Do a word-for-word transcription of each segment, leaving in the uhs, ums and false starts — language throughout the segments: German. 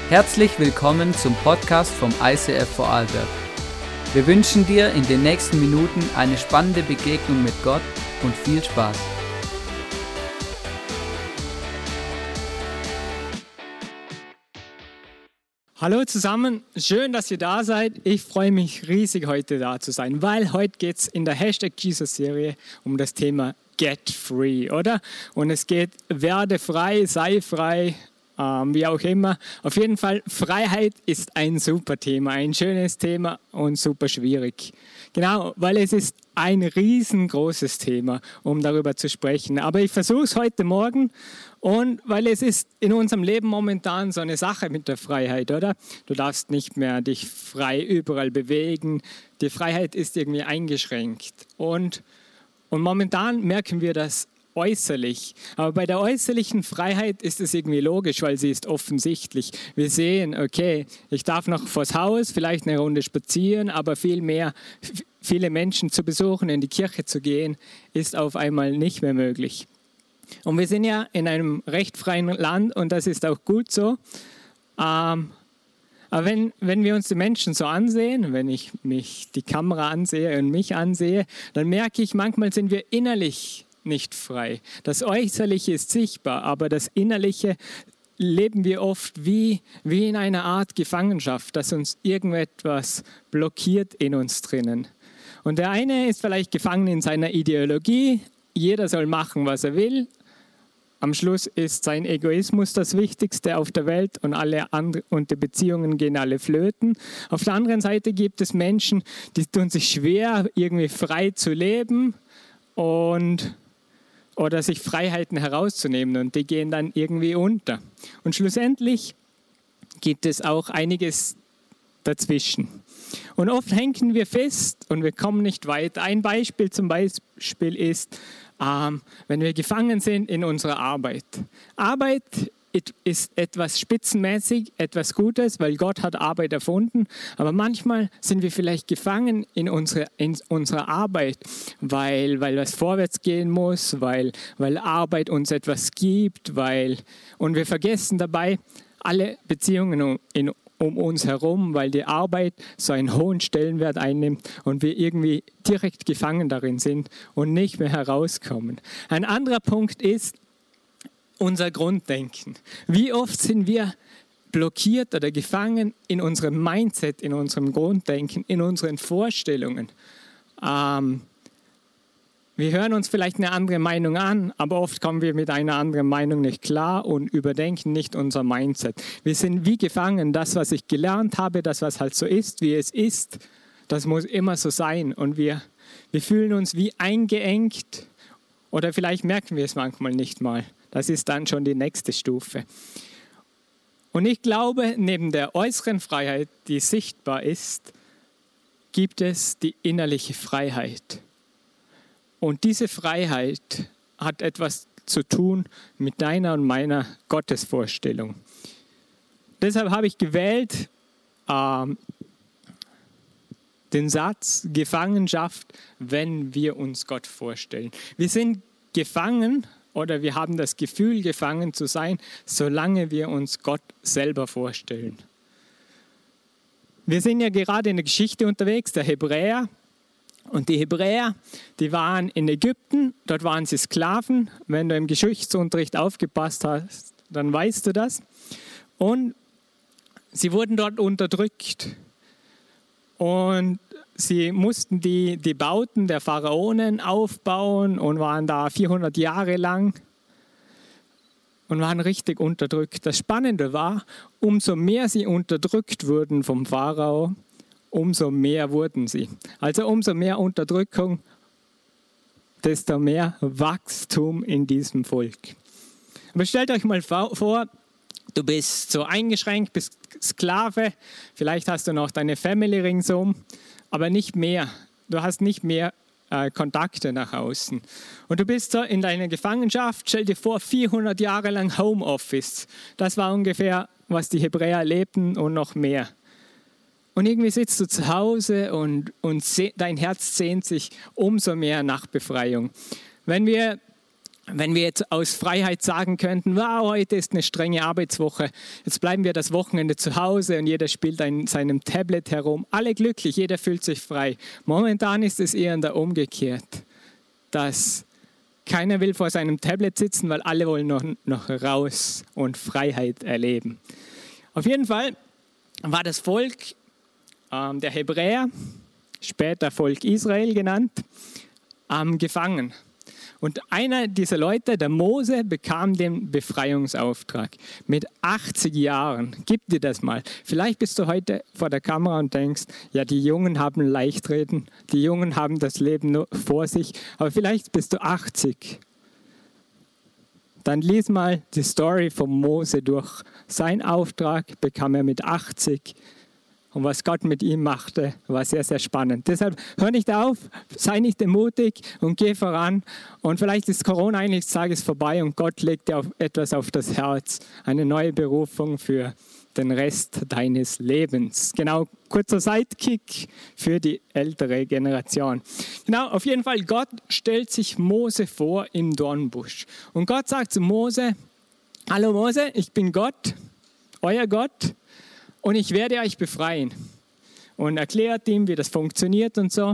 Herzlich willkommen zum Podcast vom I C F Vorarlberg. Wir wünschen dir in den nächsten Minuten eine spannende Begegnung mit Gott und viel Spaß. Hallo zusammen, schön, dass ihr da seid. Ich freue mich riesig, heute da zu sein, weil heute geht es in der Hashtag Jesus-Serie um das Thema Get Free, oder? Und es geht, werde frei, sei frei, ähm, wie auch immer. Auf jeden Fall, Freiheit ist ein super Thema, ein schönes Thema und super schwierig. Genau, weil es ist ein riesengroßes Thema, um darüber zu sprechen. Aber ich versuche es heute Morgen. Und weil es ist in unserem Leben momentan so eine Sache mit der Freiheit, oder? Du darfst nicht mehr dich frei überall bewegen. Die Freiheit ist irgendwie eingeschränkt. Und, und momentan merken wir das äußerlich. Aber bei der äußerlichen Freiheit ist es irgendwie logisch, weil sie ist offensichtlich. Wir sehen, okay, ich darf noch vors Haus, vielleicht eine Runde spazieren, aber viel mehr, viele Menschen zu besuchen, in die Kirche zu gehen, ist auf einmal nicht mehr möglich. Und wir sind ja in einem recht freien Land und das ist auch gut so. Ähm, aber wenn, wenn wir uns die Menschen so ansehen, wenn ich mich die Kamera ansehe und mich ansehe, dann merke ich, manchmal sind wir innerlich nicht frei. Das Äußerliche ist sichtbar, aber das Innerliche leben wir oft wie, wie in einer Art Gefangenschaft, dass uns irgendetwas blockiert in uns drinnen. Und der eine ist vielleicht gefangen in seiner Ideologie, jeder soll machen, was er will. Am Schluss ist sein Egoismus das Wichtigste auf der Welt und, alle andre, und die Beziehungen gehen alle flöten. Auf der anderen Seite gibt es Menschen, die tun sich schwer, irgendwie frei zu leben und, oder sich Freiheiten herauszunehmen und die gehen dann irgendwie unter. Und schlussendlich gibt es auch einiges dazwischen. Und oft hängen wir fest und wir kommen nicht weiter. Ein Beispiel zum Beispiel ist, ähm, wenn wir gefangen sind in unserer Arbeit. Arbeit ist etwas spitzenmäßig, etwas Gutes, weil Gott hat Arbeit erfunden. Aber manchmal sind wir vielleicht gefangen in, unsere, in unserer Arbeit, weil, weil was vorwärts gehen muss, weil, weil Arbeit uns etwas gibt, weil, und wir vergessen dabei alle Beziehungen in um uns herum, weil die Arbeit so einen hohen Stellenwert einnimmt und wir irgendwie direkt gefangen darin sind und nicht mehr herauskommen. Ein anderer Punkt ist unser Grunddenken. Wie oft sind wir blockiert oder gefangen in unserem Mindset, in unserem Grunddenken, in unseren Vorstellungen? Ähm, Wir hören uns vielleicht eine andere Meinung an, aber oft kommen wir mit einer anderen Meinung nicht klar und überdenken nicht unser Mindset. Wir sind wie gefangen, das, was ich gelernt habe, das, was halt so ist, wie es ist, das muss immer so sein. Und wir, wir fühlen uns wie eingeengt oder vielleicht merken wir es manchmal nicht mal. Das ist dann schon die nächste Stufe. Und ich glaube, neben der äußeren Freiheit, die sichtbar ist, gibt es die innerliche Freiheit. Und diese Freiheit hat etwas zu tun mit deiner und meiner Gottesvorstellung. Deshalb habe ich gewählt ähm, den Satz Gefangenschaft, wenn wir uns Gott vorstellen. Wir sind gefangen oder wir haben das Gefühl, gefangen zu sein, solange wir uns Gott selber vorstellen. Wir sind ja gerade in der Geschichte unterwegs, der Hebräer. Und die Hebräer, die waren in Ägypten, dort waren sie Sklaven. Wenn du im Geschichtsunterricht aufgepasst hast, dann weißt du das. Und sie wurden dort unterdrückt. Und sie mussten die, die Bauten der Pharaonen aufbauen und waren da vierhundert Jahre lang und waren richtig unterdrückt. Das Spannende war, umso mehr sie unterdrückt wurden vom Pharao, umso mehr wurden sie. Also umso mehr Unterdrückung, desto mehr Wachstum in diesem Volk. Aber stellt euch mal vor, du bist so eingeschränkt, bist Sklave, vielleicht hast du noch deine Family ringsum, aber nicht mehr. Du hast nicht mehr äh, Kontakte nach außen. Und du bist so in deiner Gefangenschaft, stell dir vor, vierhundert Jahre lang Homeoffice. Das war ungefähr, was die Hebräer lebten und noch mehr. Und irgendwie sitzt du zu Hause und, und dein Herz sehnt sich umso mehr nach Befreiung. Wenn wir wenn wir jetzt aus Freiheit sagen könnten, wow, heute ist eine strenge Arbeitswoche, jetzt bleiben wir das Wochenende zu Hause und jeder spielt in seinem Tablet herum, alle glücklich, jeder fühlt sich frei. Momentan ist es eher da umgekehrt, dass keiner will vor seinem Tablet sitzen, weil alle wollen noch, noch raus und Freiheit erleben. Auf jeden Fall war das Volk ähm, der Hebräer, später Volk Israel genannt, ähm, gefangen. Und einer dieser Leute, der Mose, bekam den Befreiungsauftrag mit achtzig Jahren. Gib dir das mal. Vielleicht bist du heute vor der Kamera und denkst, ja, die Jungen haben Leichtreden, die Jungen haben das Leben nur vor sich, aber vielleicht bist du achtzig. Dann lies mal die Story von Mose durch. Sein Auftrag bekam er mit achtzig. Und was Gott mit ihm machte, war sehr, sehr spannend. Deshalb hör nicht auf, sei nicht demutig und geh voran. Und vielleicht ist Corona eines Tages vorbei und Gott legt dir etwas auf das Herz. Eine neue Berufung für den Rest deines Lebens. Genau, kurzer Sidekick für die ältere Generation. Genau, auf jeden Fall, Gott stellt sich Mose vor im Dornbusch. Und Gott sagt zu Mose, hallo Mose, ich bin Gott, euer Gott. Und ich werde euch befreien. Und erklärt ihm, wie das funktioniert und so.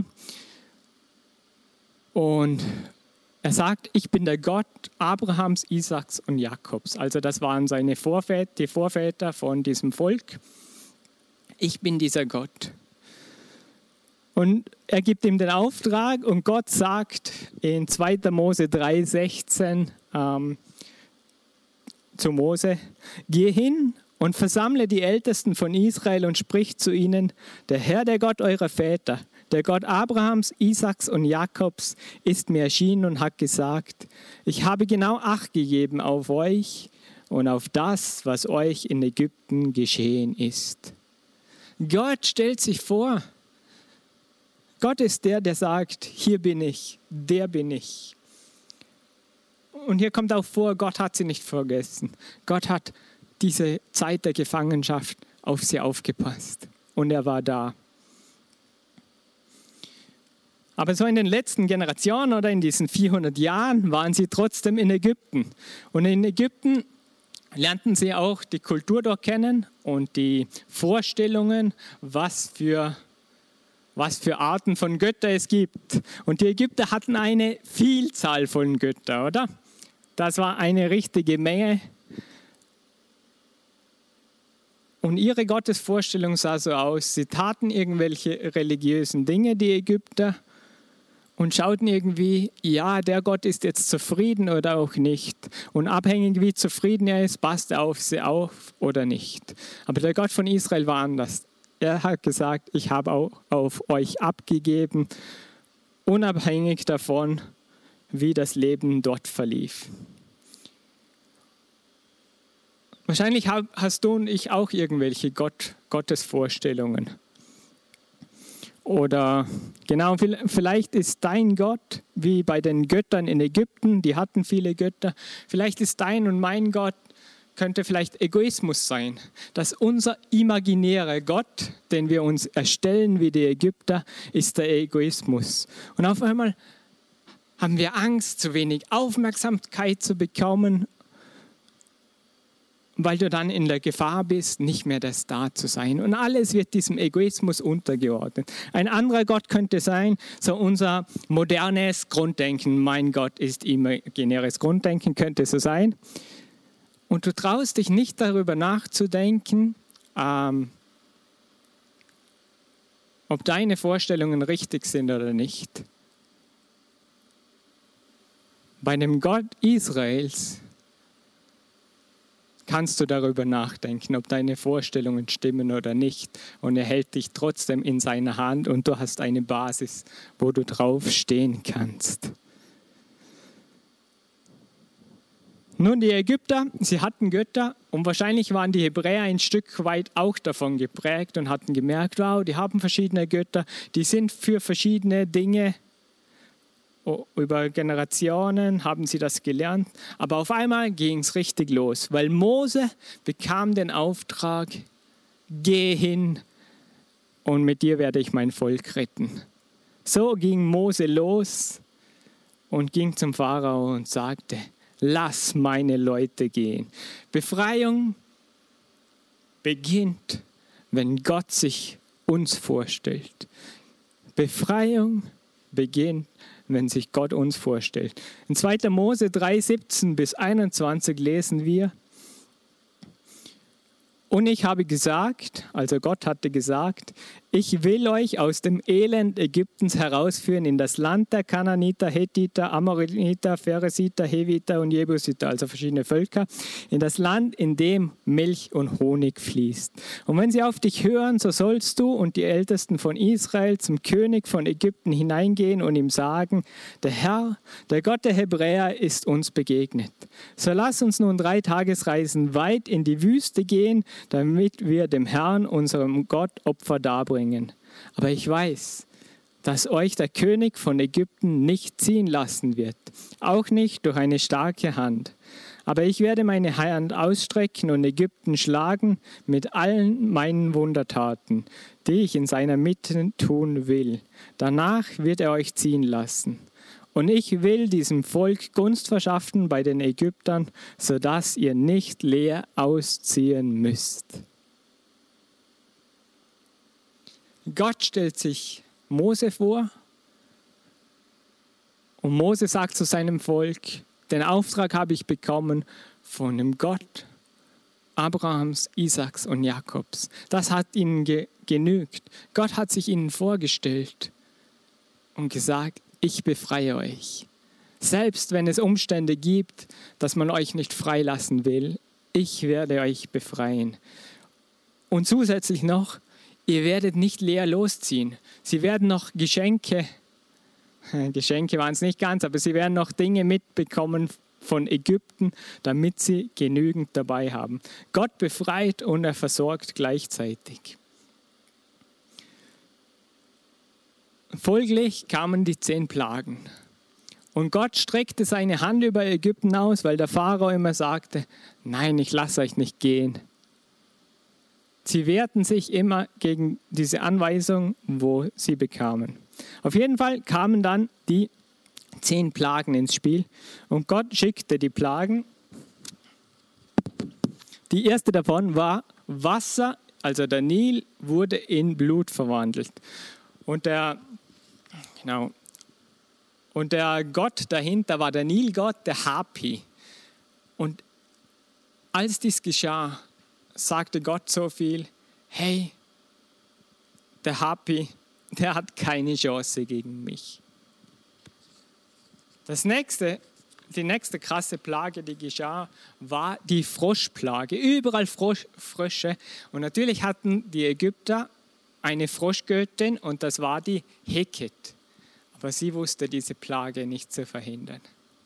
Und er sagt, ich bin der Gott Abrahams, Isaaks und Jakobs. Also das waren seine Vorväter, die Vorväter von diesem Volk. Ich bin dieser Gott. Und er gibt ihm den Auftrag und Gott sagt in zweiter Mose drei sechzehn ähm, zu Mose, geh hin und versammle die Ältesten von Israel und sprich zu ihnen, der Herr, der Gott eurer Väter, der Gott Abrahams, Isaaks und Jakobs, ist mir erschienen und hat gesagt, ich habe genau Acht gegeben auf euch und auf das, was euch in Ägypten geschehen ist. Gott stellt sich vor. Gott ist der, der sagt, hier bin ich, der bin ich. Und hier kommt auch vor, Gott hat sie nicht vergessen. Gott hat diese Zeit der Gefangenschaft auf sie aufgepasst. Und er war da. Aber so in den letzten Generationen oder in diesen vierhundert Jahren waren sie trotzdem in Ägypten. Und in Ägypten lernten sie auch die Kultur dort kennen und die Vorstellungen, was für, was für Arten von Göttern es gibt. Und die Ägypter hatten eine Vielzahl von Göttern, oder? Das war eine richtige Menge. Und ihre Gottesvorstellung sah so aus, sie taten irgendwelche religiösen Dinge, die Ägypter, und schauten irgendwie, ja, der Gott ist jetzt zufrieden oder auch nicht. Und abhängig wie zufrieden er ist, passt er auf sie auf oder nicht. Aber der Gott von Israel war anders. Er hat gesagt, ich habe auch auf euch abgegeben, unabhängig davon, wie das Leben dort verlief. Wahrscheinlich hast du und ich auch irgendwelche Gott, Gottesvorstellungen. Oder genau, vielleicht ist dein Gott, wie bei den Göttern in Ägypten, die hatten viele Götter, vielleicht ist dein und mein Gott, könnte vielleicht Egoismus sein. Dass unser imaginärer Gott, den wir uns erstellen wie die Ägypter, ist der Egoismus. Und auf einmal haben wir Angst, zu wenig Aufmerksamkeit zu bekommen, weil du dann in der Gefahr bist, nicht mehr der Star zu sein. Und alles wird diesem Egoismus untergeordnet. Ein anderer Gott könnte sein, so unser modernes Grunddenken. Mein Gott ist imaginäres Grunddenken, könnte so sein. Und du traust dich nicht darüber nachzudenken, ähm, ob deine Vorstellungen richtig sind oder nicht. Bei dem Gott Israels kannst du darüber nachdenken, ob deine Vorstellungen stimmen oder nicht. Und er hält dich trotzdem in seiner Hand und du hast eine Basis, wo du drauf stehen kannst. Nun, die Ägypter, sie hatten Götter und wahrscheinlich waren die Hebräer ein Stück weit auch davon geprägt und hatten gemerkt, wow, die haben verschiedene Götter, die sind für verschiedene Dinge. Über Generationen haben sie das gelernt, aber auf einmal ging es richtig los, weil Mose bekam den Auftrag, geh hin und mit dir werde ich mein Volk retten. So ging Mose los und ging zum Pharao und sagte, lass meine Leute gehen. Befreiung beginnt, wenn Gott sich uns vorstellt. Befreiung beginnt, wenn sich Gott uns vorstellt. In zweiter Mose drei, siebzehn bis einundzwanzig lesen wir, und ich habe gesagt, also Gott hatte gesagt, ich will euch aus dem Elend Ägyptens herausführen in das Land der Kanaaniter, Hethiter, Amoriter, Pheresiter, Heviter und Jebusiter, also verschiedene Völker, in das Land, in dem Milch und Honig fließt. Und wenn sie auf dich hören, so sollst du und die Ältesten von Israel zum König von Ägypten hineingehen und ihm sagen, der Herr, der Gott der Hebräer, ist uns begegnet. So lass uns nun drei Tagesreisen weit in die Wüste gehen, damit wir dem Herrn, unserem Gott, Opfer darbringen. Aber ich weiß, dass euch der König von Ägypten nicht ziehen lassen wird, auch nicht durch eine starke Hand. Aber ich werde meine Hand ausstrecken und Ägypten schlagen mit allen meinen Wundertaten, die ich in seiner Mitte tun will. Danach wird er euch ziehen lassen. Und ich will diesem Volk Gunst verschaffen bei den Ägyptern, sodass ihr nicht leer ausziehen müsst. Gott stellt sich Mose vor und Mose sagt zu seinem Volk, den Auftrag habe ich bekommen von dem Gott Abrahams, Isaaks und Jakobs. Das hat ihnen ge- genügt. Gott hat sich ihnen vorgestellt und gesagt, ich befreie euch. Selbst wenn es Umstände gibt, dass man euch nicht freilassen will, ich werde euch befreien. Und zusätzlich noch, ihr werdet nicht leer losziehen. Sie werden noch Geschenke, Geschenke waren es nicht ganz, aber sie werden noch Dinge mitbekommen von Ägypten, damit sie genügend dabei haben. Gott befreit und er versorgt gleichzeitig. Folglich kamen die zehn Plagen. Und Gott streckte seine Hand über Ägypten aus, weil der Pharao immer sagte, nein, ich lasse euch nicht gehen. Sie wehrten sich immer gegen diese Anweisung, wo sie bekamen. Auf jeden Fall kamen dann die zehn Plagen ins Spiel und Gott schickte die Plagen. Die erste davon war Wasser, also der Nil wurde in Blut verwandelt. Und der, genau, und der Gott dahinter war der Nilgott, der Hapi. Und als dies geschah, sagte Gott so viel, hey, der Hapi, der hat keine Chance gegen mich. Das nächste, die nächste krasse Plage, die geschah, war die Froschplage. Überall Frosch, Frösche. Und natürlich hatten die Ägypter eine Froschgöttin und das war die Heket. Aber sie wusste diese Plage nicht zu verhindern.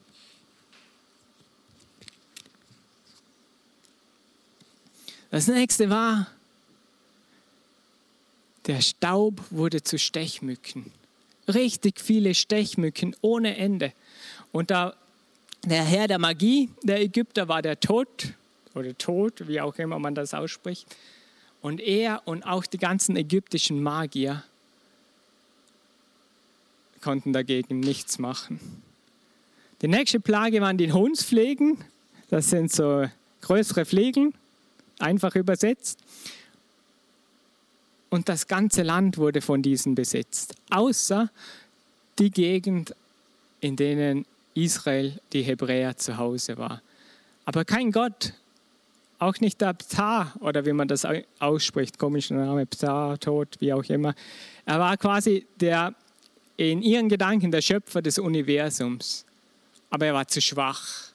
Das nächste war, der Staub wurde zu Stechmücken. Richtig viele Stechmücken ohne Ende. Und da, der Herr der Magie der Ägypter war der Tod oder Tod, wie auch immer man das ausspricht. Und er und auch die ganzen ägyptischen Magier konnten dagegen nichts machen. Die nächste Plage waren die Hundsfliegen. Das sind so größere Fliegen, einfach übersetzt. Und das ganze Land wurde von diesen besetzt, außer die Gegend, in denen Israel, die Hebräer, zu Hause war. Aber kein Gott, auch nicht der Ptah, oder wie man das ausspricht, komischer Name, Ptah, Tod, wie auch immer. Er war quasi der, in ihren Gedanken der Schöpfer des Universums. Aber er war zu schwach,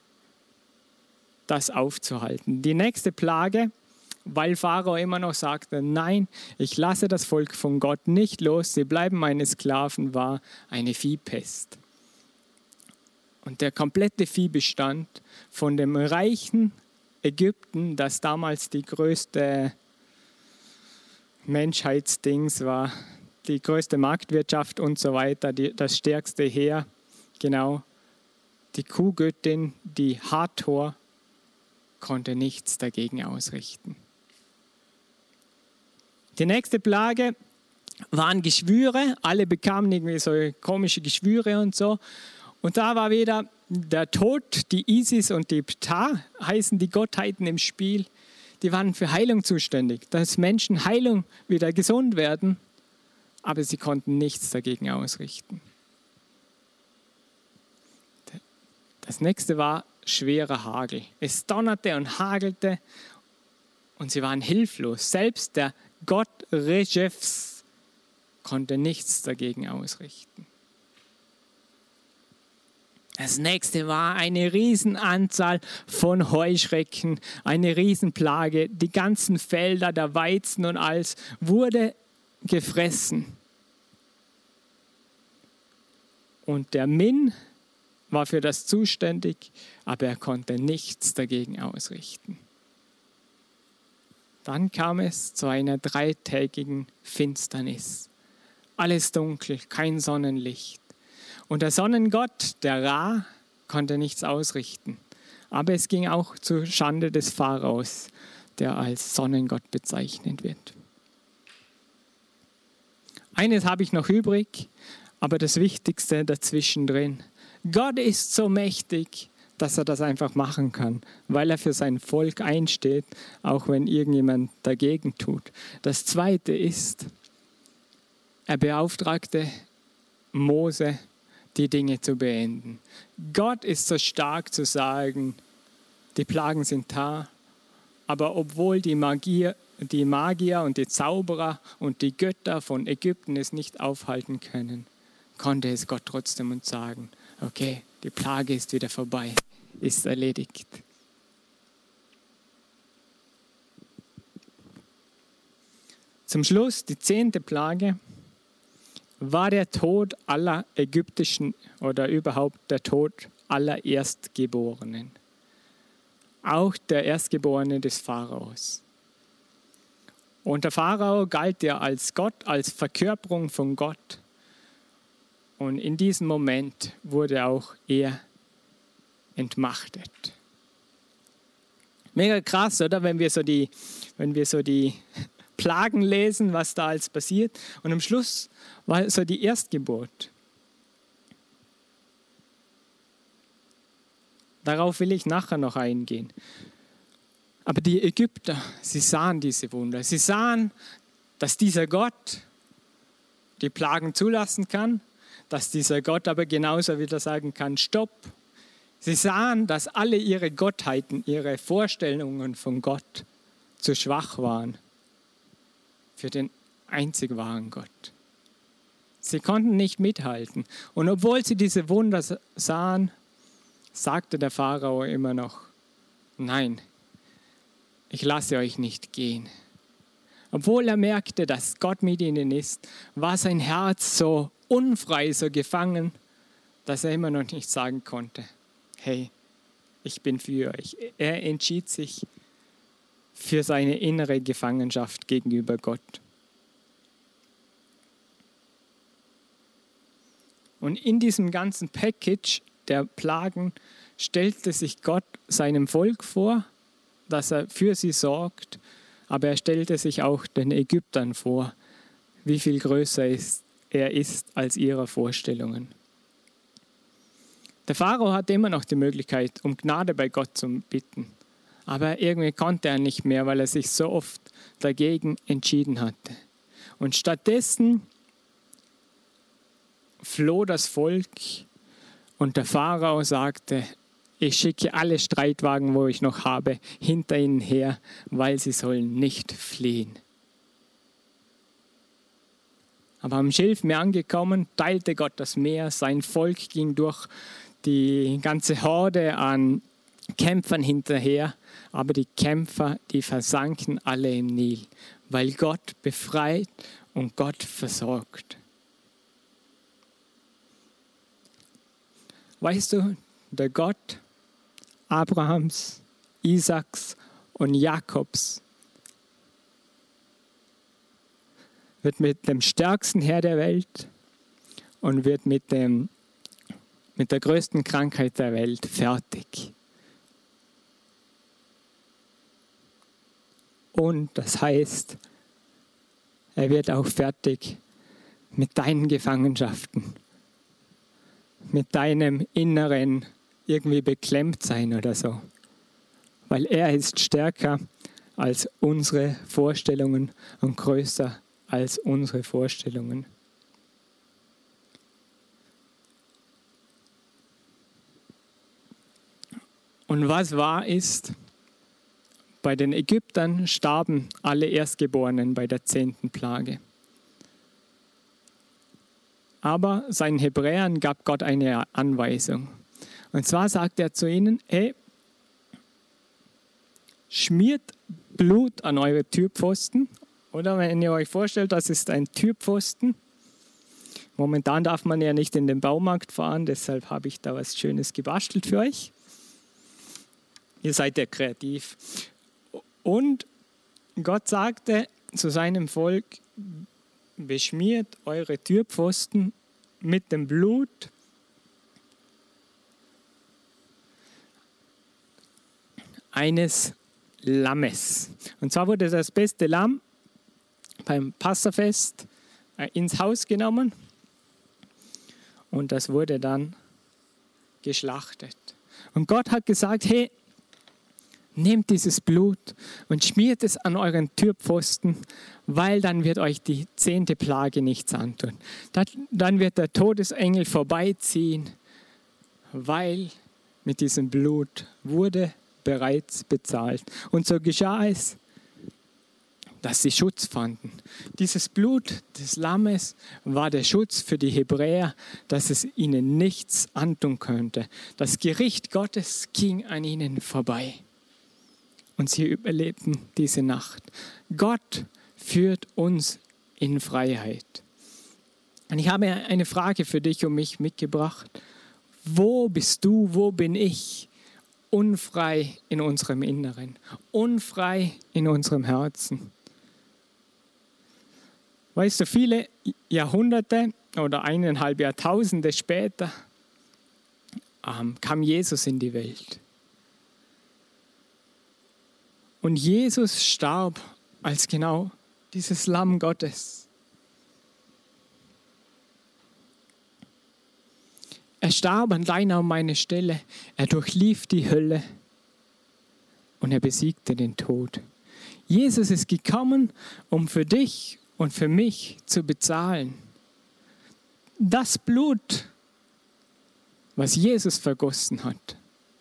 das aufzuhalten. Die nächste Plage, weil Pharao immer noch sagte, nein, ich lasse das Volk von Gott nicht los, sie bleiben meine Sklaven, war eine Viehpest. Und der komplette Viehbestand von dem reichen Ägypten, das damals die größte Menschheitsdings war, die größte Marktwirtschaft und so weiter, die, das stärkste Heer, genau, die Kuhgöttin, die Hathor, konnte nichts dagegen ausrichten. Die nächste Plage waren Geschwüre. Alle bekamen irgendwie so komische Geschwüre und so. Und da war wieder der Tod, die Isis und die Ptah, heißen die Gottheiten im Spiel. Die waren für Heilung zuständig, dass Menschen Heilung wieder gesund werden, aber sie konnten nichts dagegen ausrichten. Das nächste war schwerer Hagel. Es donnerte und hagelte und sie waren hilflos. Selbst der Gott Rejefs konnte nichts dagegen ausrichten. Das nächste war eine Riesenanzahl von Heuschrecken, eine Riesenplage. Die ganzen Felder, der Weizen und alles wurde gefressen. Und der Min war für das zuständig, aber er konnte nichts dagegen ausrichten. Dann kam es zu einer dreitägigen Finsternis. Alles dunkel, kein Sonnenlicht. Und der Sonnengott, der Ra, konnte nichts ausrichten. Aber es ging auch zur Schande des Pharaos, der als Sonnengott bezeichnet wird. Eines habe ich noch übrig, aber das Wichtigste dazwischen drin. Gott ist so mächtig, dass er das einfach machen kann, weil er für sein Volk einsteht, auch wenn irgendjemand dagegen tut. Das Zweite ist, er beauftragte Mose, die Dinge zu beenden. Gott ist so stark zu sagen, die Plagen sind da, aber obwohl die Magier, die Magier und die Zauberer und die Götter von Ägypten es nicht aufhalten können, konnte es Gott trotzdem und sagen, okay, die Plage ist wieder vorbei, ist erledigt. Zum Schluss, die zehnte Plage, war der Tod aller ägyptischen oder überhaupt der Tod aller Erstgeborenen. Auch der Erstgeborene des Pharaos. Und der Pharao galt ja als Gott, als Verkörperung von Gott. Und in diesem Moment wurde auch er entmachtet. Mega krass, oder? Wenn wir so die, wenn wir so die Plagen lesen, was da alles passiert. Und am Schluss war so die Erstgeburt. Darauf will ich nachher noch eingehen. Aber die Ägypter, sie sahen diese Wunder. Sie sahen, dass dieser Gott die Plagen zulassen kann, dass dieser Gott aber genauso wieder sagen kann, stopp. Sie sahen, dass alle ihre Gottheiten, ihre Vorstellungen von Gott zu schwach waren für den einzig wahren Gott. Sie konnten nicht mithalten. Und obwohl sie diese Wunder sahen, sagte der Pharao immer noch, nein, ich lasse euch nicht gehen. Obwohl er merkte, dass Gott mit ihnen ist, war sein Herz so unfrei, so gefangen, dass er immer noch nicht sagen konnte, hey, ich bin für euch. Er entschied sich für seine innere Gefangenschaft gegenüber Gott. Und in diesem ganzen Package der Plagen stellte sich Gott seinem Volk vor, dass er für sie sorgt, aber er stellte sich auch den Ägyptern vor, wie viel größer ist, er ist als ihre Vorstellungen. Der Pharao hatte immer noch die Möglichkeit, um Gnade bei Gott zu bitten. Aber irgendwie konnte er nicht mehr, weil er sich so oft dagegen entschieden hatte. Und stattdessen floh das Volk und der Pharao sagte, ich schicke alle Streitwagen, wo ich noch habe, hinter ihnen her, weil sie sollen nicht fliehen. Aber am Schilfmeer angekommen, teilte Gott das Meer, sein Volk ging durch die ganze Horde an Kämpfern hinterher, aber die Kämpfer, die versanken alle im Nil, weil Gott befreit und Gott versorgt. Weißt du, der Gott Abrahams, Isaaks und Jakobs wird mit dem stärksten Herr der Welt und wird mit, dem, mit der größten Krankheit der Welt fertig. Und das heißt, er wird auch fertig mit deinen Gefangenschaften. mit deinem inneren irgendwie beklemmt sein oder so. Weil er ist stärker als unsere Vorstellungen und größer als unsere Vorstellungen. Und was wahr ist, bei den Ägyptern starben alle Erstgeborenen bei der zehnten Plage. Aber seinen Hebräern gab Gott eine Anweisung. Und zwar sagt er zu ihnen, hey, schmiert Blut an eure Türpfosten. Oder wenn ihr euch vorstellt, das ist ein Türpfosten. Momentan darf man ja nicht in den Baumarkt fahren, deshalb habe ich da was Schönes gebastelt für euch. Ihr seid ja kreativ. Und Gott sagte zu seinem Volk, beschmiert eure Türpfosten mit dem Blut eines Lammes. Und zwar wurde das beste Lamm beim Passafest ins Haus genommen und das wurde dann geschlachtet. Und Gott hat gesagt, hey, nehmt dieses Blut und schmiert es an euren Türpfosten, weil dann wird euch die zehnte Plage nichts antun. Dann wird der Todesengel vorbeiziehen, weil mit diesem Blut wurde bereits bezahlt. Und so geschah es, dass sie Schutz fanden. Dieses Blut des Lammes war der Schutz für die Hebräer, dass es ihnen nichts antun könnte. Das Gericht Gottes ging an ihnen vorbei. Und sie überlebten diese Nacht. Gott führt uns in Freiheit. Und ich habe eine Frage für dich und mich mitgebracht. Wo bist du, wo bin ich unfrei in unserem Inneren, unfrei in unserem Herzen? Weißt du, viele Jahrhunderte oder eineinhalb Jahrtausende später ähm, kam Jesus in die Welt. Und Jesus starb als genau dieses Lamm Gottes. Er starb an deiner und meiner Stelle. Er durchlief die Hölle und er besiegte den Tod. Jesus ist gekommen, um für dich und für mich zu bezahlen. Das Blut, was Jesus vergossen hat,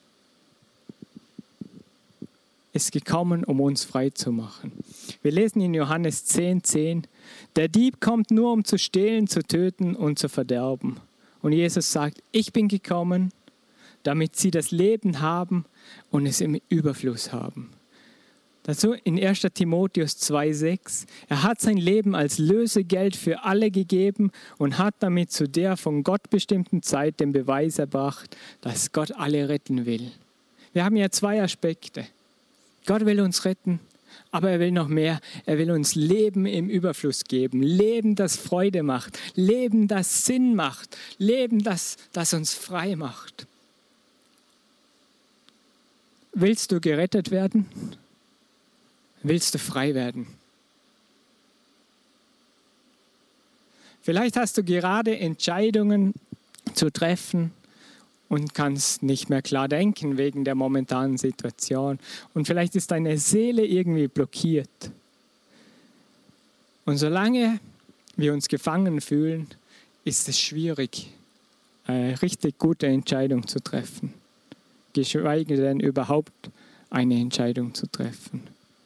ist gekommen, um uns frei zu machen. Wir lesen in Johannes zehn, zehn, der Dieb kommt nur, um zu stehlen, zu töten und zu verderben. Und Jesus sagt, ich bin gekommen, damit sie das Leben haben und es im Überfluss haben. Dazu in erster Timotheus zwei, sechs, er hat sein Leben als Lösegeld für alle gegeben und hat damit zu der von Gott bestimmten Zeit den Beweis erbracht, dass Gott alle retten will. Wir haben ja zwei Aspekte. Gott will uns retten, aber er will noch mehr. Er will uns Leben im Überfluss geben. Leben, das Freude macht. Leben, das Sinn macht. Leben, das, das uns frei macht. Willst du gerettet werden? Willst du frei werden? Vielleicht hast du gerade Entscheidungen zu treffen und kannst nicht mehr klar denken wegen der momentanen Situation. Und vielleicht ist deine Seele irgendwie blockiert. Und solange wir uns gefangen fühlen, ist es schwierig, eine richtig gute Entscheidung zu treffen. Geschweige denn überhaupt eine Entscheidung zu treffen.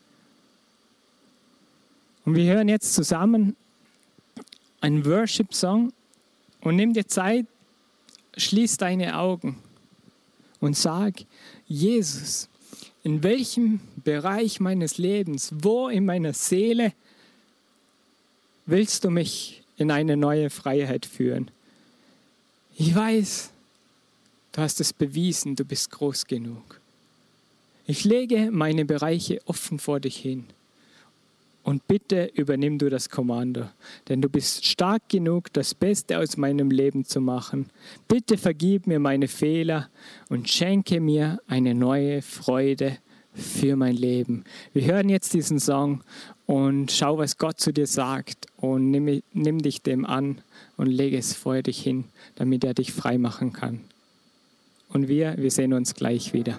Und wir hören jetzt zusammen einen Worship-Song und nimm dir Zeit, schließ deine Augen und sag, Jesus, in welchem Bereich meines Lebens, wo in meiner Seele willst du mich in eine neue Freiheit führen? Ich weiß, du hast es bewiesen, du bist groß genug. Ich lege meine Bereiche offen vor dich hin. Und bitte übernimm du das Kommando, denn du bist stark genug, das Beste aus meinem Leben zu machen. Bitte vergib mir meine Fehler und schenke mir eine neue Freude für mein Leben. Wir hören jetzt diesen Song und schau, was Gott zu dir sagt und nimm, nimm dich dem an und lege es vor dich hin, damit er dich frei machen kann. Und wir, wir sehen uns gleich wieder.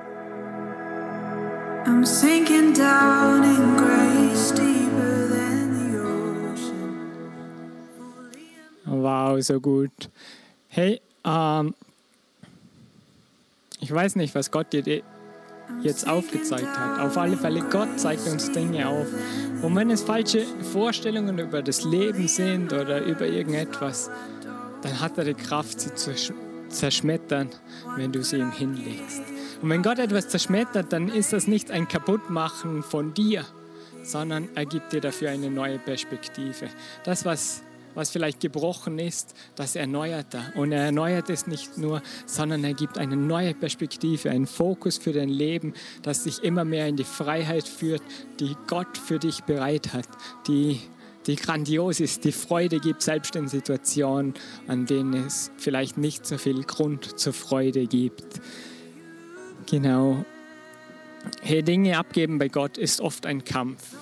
I'm sinking down in grace deeper than the ocean. Wow, so gut. Hey, ähm, ich weiß nicht, was Gott dir jetzt aufgezeigt hat. Auf alle Fälle, Gott zeigt uns Dinge auf. Und wenn es falsche Vorstellungen über das Leben sind oder über irgendetwas, dann hat er die Kraft, sie zu zerschmettern, wenn du sie ihm hinlegst. Und wenn Gott etwas zerschmettert, dann ist das nicht ein Kaputtmachen von dir, sondern er gibt dir dafür eine neue Perspektive. Das, was, was vielleicht gebrochen ist, das erneuert er. Und er erneuert es nicht nur, sondern er gibt eine neue Perspektive, einen Fokus für dein Leben, das dich immer mehr in die Freiheit führt, die Gott für dich bereit hat, die die grandios ist, die Freude gibt, selbst in Situationen, an denen es vielleicht nicht so viel Grund zur Freude gibt. Genau. Hey, Dinge abgeben bei Gott ist oft ein Kampf.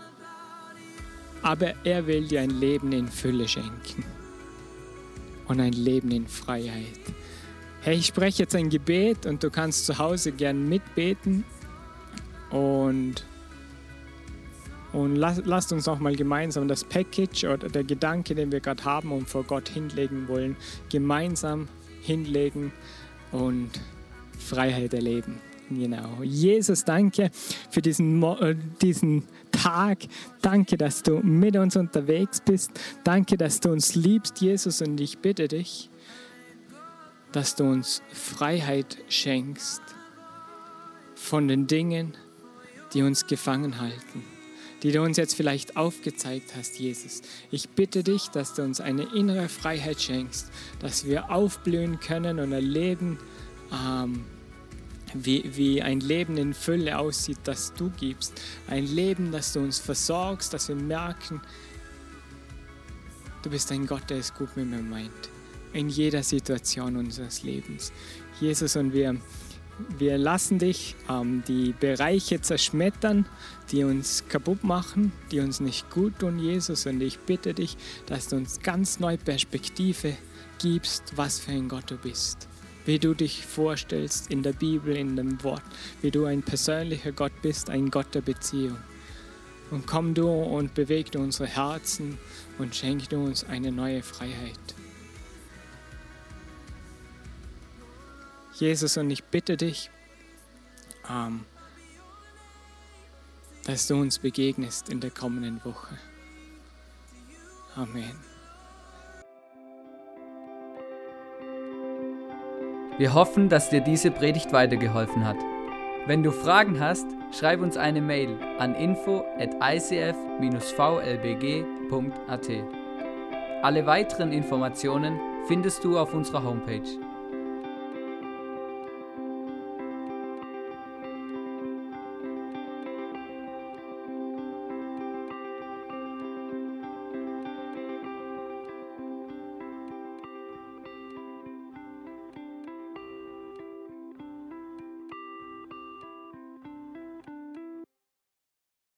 Aber er will dir ein Leben in Fülle schenken. Und ein Leben in Freiheit. Hey, ich spreche jetzt ein Gebet und du kannst zu Hause gern mitbeten. Und Und lasst, lasst uns noch mal gemeinsam das Package oder der Gedanke, den wir gerade haben und vor Gott hinlegen wollen, gemeinsam hinlegen und Freiheit erleben. Genau. Jesus, danke für diesen, diesen Tag. Danke, dass du mit uns unterwegs bist. Danke, dass du uns liebst, Jesus. Und ich bitte dich, dass du uns Freiheit schenkst von den Dingen, die uns gefangen halten, die du uns jetzt vielleicht aufgezeigt hast, Jesus. Ich bitte dich, dass du uns eine innere Freiheit schenkst, dass wir aufblühen können und erleben, ähm, wie, wie ein Leben in Fülle aussieht, das du gibst. Ein Leben, das du uns versorgst, dass wir merken, du bist ein Gott, der es gut mit mir meint. In jeder Situation unseres Lebens. Jesus, und wir Wir lassen dich ähm, die Bereiche zerschmettern, die uns kaputt machen, die uns nicht gut tun, Jesus. Und ich bitte dich, dass du uns ganz neue Perspektive gibst, was für ein Gott du bist. Wie du dich vorstellst in der Bibel, in dem Wort. Wie du ein persönlicher Gott bist, ein Gott der Beziehung. Und komm du und beweg du unsere Herzen und schenk du uns eine neue Freiheit. Jesus, und ich bitte dich, ähm, dass du uns begegnest in der kommenden Woche. Amen. Wir hoffen, dass dir diese Predigt weitergeholfen hat. Wenn du Fragen hast, schreib uns eine Mail an info at i c f dash v l b g punkt a t. Alle weiteren Informationen findest du auf unserer Homepage.